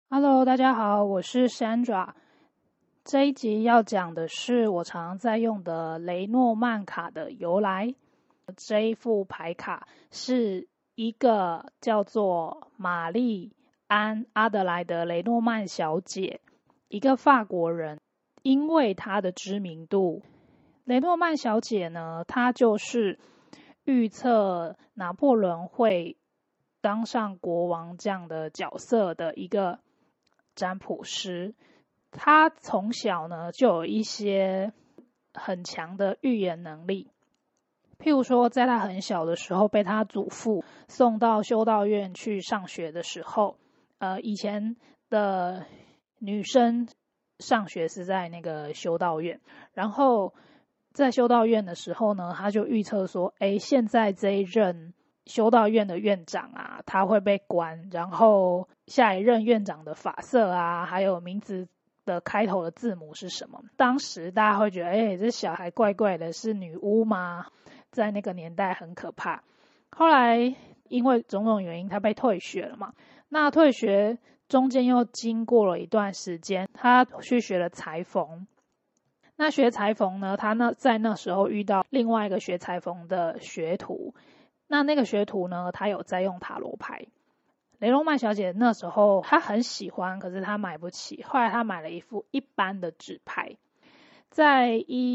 Hello，大家好，我是 Sandra。这一集要讲的是我常常在用的雷诺曼卡的由来。这一副牌卡是一个叫做玛丽安·阿德莱德·雷诺曼小姐，一个法国人。因为她的知名度，雷诺曼小姐呢，她就是预测拿破仑会当上国王这样的角色的一个占卜师。他从小呢就有一些很强的预言能力，譬如说在他很小的时候被他祖父送到修道院去上学的时候，以前的女生上学是在那个修道院，然后在修道院的时候呢，他就预测说，现在这一任修道院的院长啊，他会被关，然后下一任院长的发色啊，还有名字的开头的字母是什么。当时大家会觉得，这小孩怪怪的，是女巫吗？在那个年代很可怕。后来因为种种原因，他被退学了嘛。那退学中间又经过了一段时间，他去学了裁缝。那学裁缝呢，他在那时候遇到另外一个学裁缝的学徒。那个学徒呢，他有在用塔罗牌。雷诺曼小姐那时候她很喜欢，可是她买不起。后来她买了一副一般的纸牌。在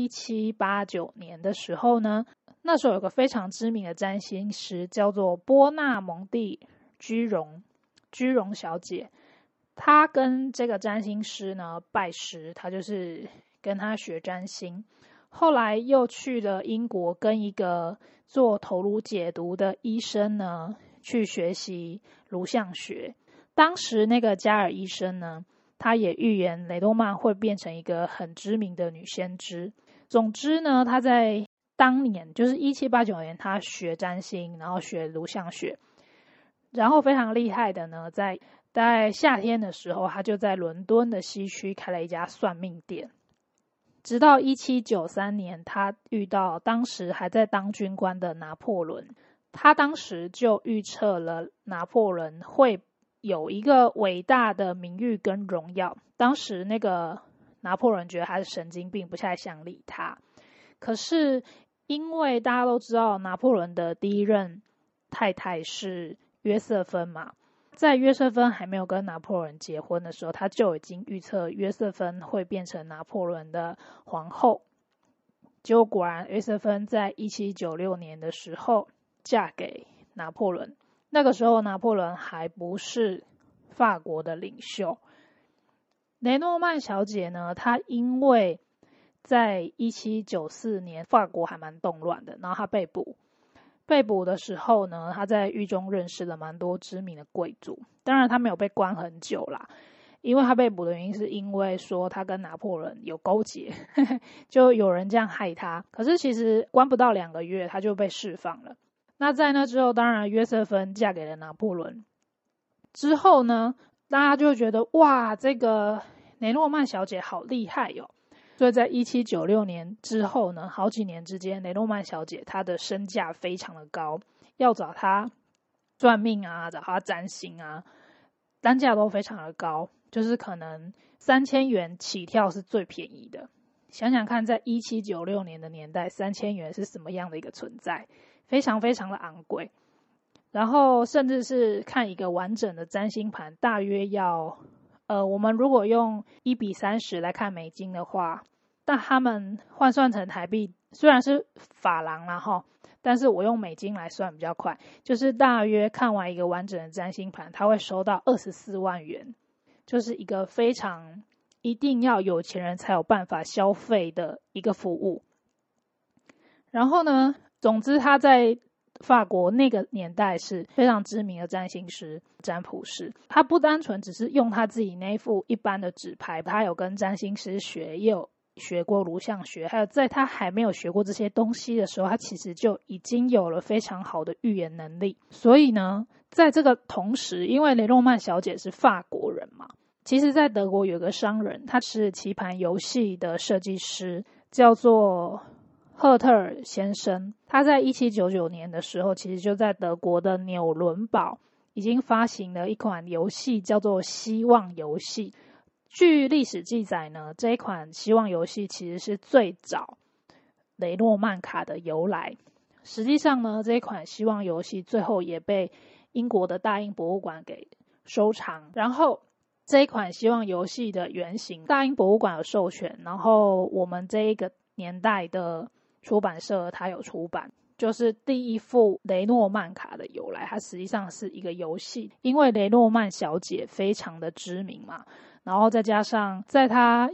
1789年的时候呢，那时候有个非常知名的占星师叫做波纳蒙蒂居荣小姐。她跟这个占星师呢拜师，她就是跟他学占星。后来又去了英国，跟一个做头颅解读的医生呢去学习颅相学。当时那个加尔医生呢，他也预言雷诺曼会变成一个很知名的女先知。总之呢，他在当年就是1789年，他学占星，然后学颅相学，然后非常厉害的呢，在大概夏天的时候，他就在伦敦的西区开了一家算命店。直到1793年，他遇到当时还在当军官的拿破仑。他当时就预测了拿破仑会有一个伟大的名誉跟荣耀。当时那个拿破仑觉得他是神经病，不太想理他。可是因为大家都知道拿破仑的第一任太太是约瑟芬嘛，在约瑟芬还没有跟拿破仑结婚的时候，他就已经预测约瑟芬会变成拿破仑的皇后。结果果然约瑟芬在1796年的时候嫁给拿破仑。那个时候拿破仑还不是法国的领袖。雷诺曼小姐呢，她因为在1794年法国还蛮动乱的，然后她被捕的时候呢，她在狱中认识了蛮多知名的贵族。当然她没有被关很久啦，因为她被捕的原因是因为说她跟拿破仑有勾结就有人这样害她。可是其实关不到2个月她就被释放了。那在那之后，当然约瑟芬嫁给了拿破仑之后呢，大家就觉得哇，这个雷诺曼小姐好厉害哦。所以在1796年之后呢，好几年之间，雷诺曼小姐她的身价非常的高，要找她算命啊，找她占星啊，单价都非常的高，就是可能3000元起跳是最便宜的。想想看，在1796年的年代，3000元是什么样的一个存在，非常非常的昂贵。然后甚至是看一个完整的占星盘，大约要我们如果用1:30来看美金的话，但他们换算成台币虽然是法郎啦齁，但是我用美金来算比较快，就是大约看完一个完整的占星盘，他会收到24万元，就是一个非常一定要有钱人才有办法消费的一个服务。然后呢，总之他在法国那个年代是非常知名的占星师、占卜师。他不单纯只是用他自己那副一般的纸牌，他有跟占星师学，也有学过颅相学，还有在他还没有学过这些东西的时候，他其实就已经有了非常好的预言能力。所以呢，在这个同时，因为雷诺曼小姐是法国人嘛，其实在德国有个商人，他是棋盘游戏的设计师，叫做赫特尔先生。他在1799年的时候，其实就在德国的纽伦堡已经发行了一款游戏叫做希望游戏。据历史记载呢，这一款希望游戏其实是最早雷诺曼卡的由来。实际上呢，这一款希望游戏最后也被英国的大英博物馆给收藏。然后这一款希望游戏的原型，大英博物馆有授权，然后我们这一个年代的出版社它有出版，就是第一副雷诺曼卡的由来，它实际上是一个游戏。因为雷诺曼小姐非常的知名嘛，然后再加上在她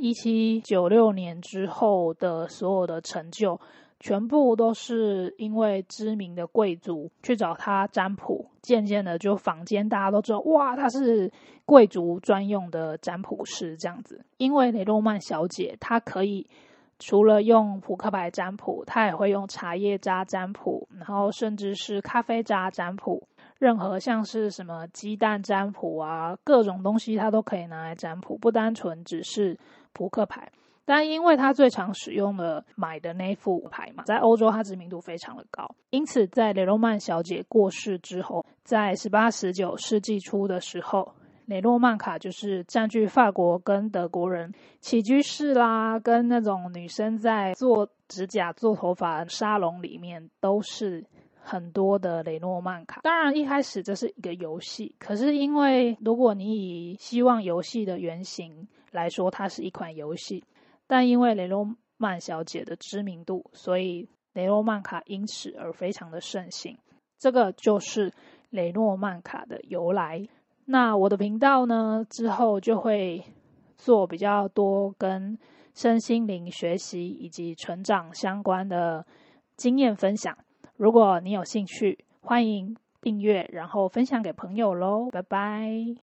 1796年之后的所有的成就，全部都是因为知名的贵族去找她占卜，渐渐的就坊间大家都知道，哇，她是贵族专用的占卜师这样子。因为雷诺曼小姐她可以除了用扑克牌占卜，她也会用茶叶渣占卜，然后甚至是咖啡渣占卜，任何像是什么鸡蛋占卜啊，各种东西它都可以拿来占卜，不单纯只是扑克牌。但因为他最常使用的买的那副牌嘛，在欧洲他知名度非常的高，因此在雷诺曼小姐过世之后，在18、19世纪初的时候，雷诺曼卡就是占据法国跟德国人起居室啦，跟那种女生在做指甲、做头发沙龙里面都是很多的雷诺曼卡。当然一开始这是一个游戏，可是因为如果你以希望游戏的原型来说，它是一款游戏，但因为雷诺曼小姐的知名度，所以雷诺曼卡因此而非常的盛行。这个就是雷诺曼卡的由来。那我的频道呢，之后就会做比较多跟身心灵学习以及成长相关的经验分享。如果你有兴趣，欢迎订阅，然后分享给朋友咯。拜拜。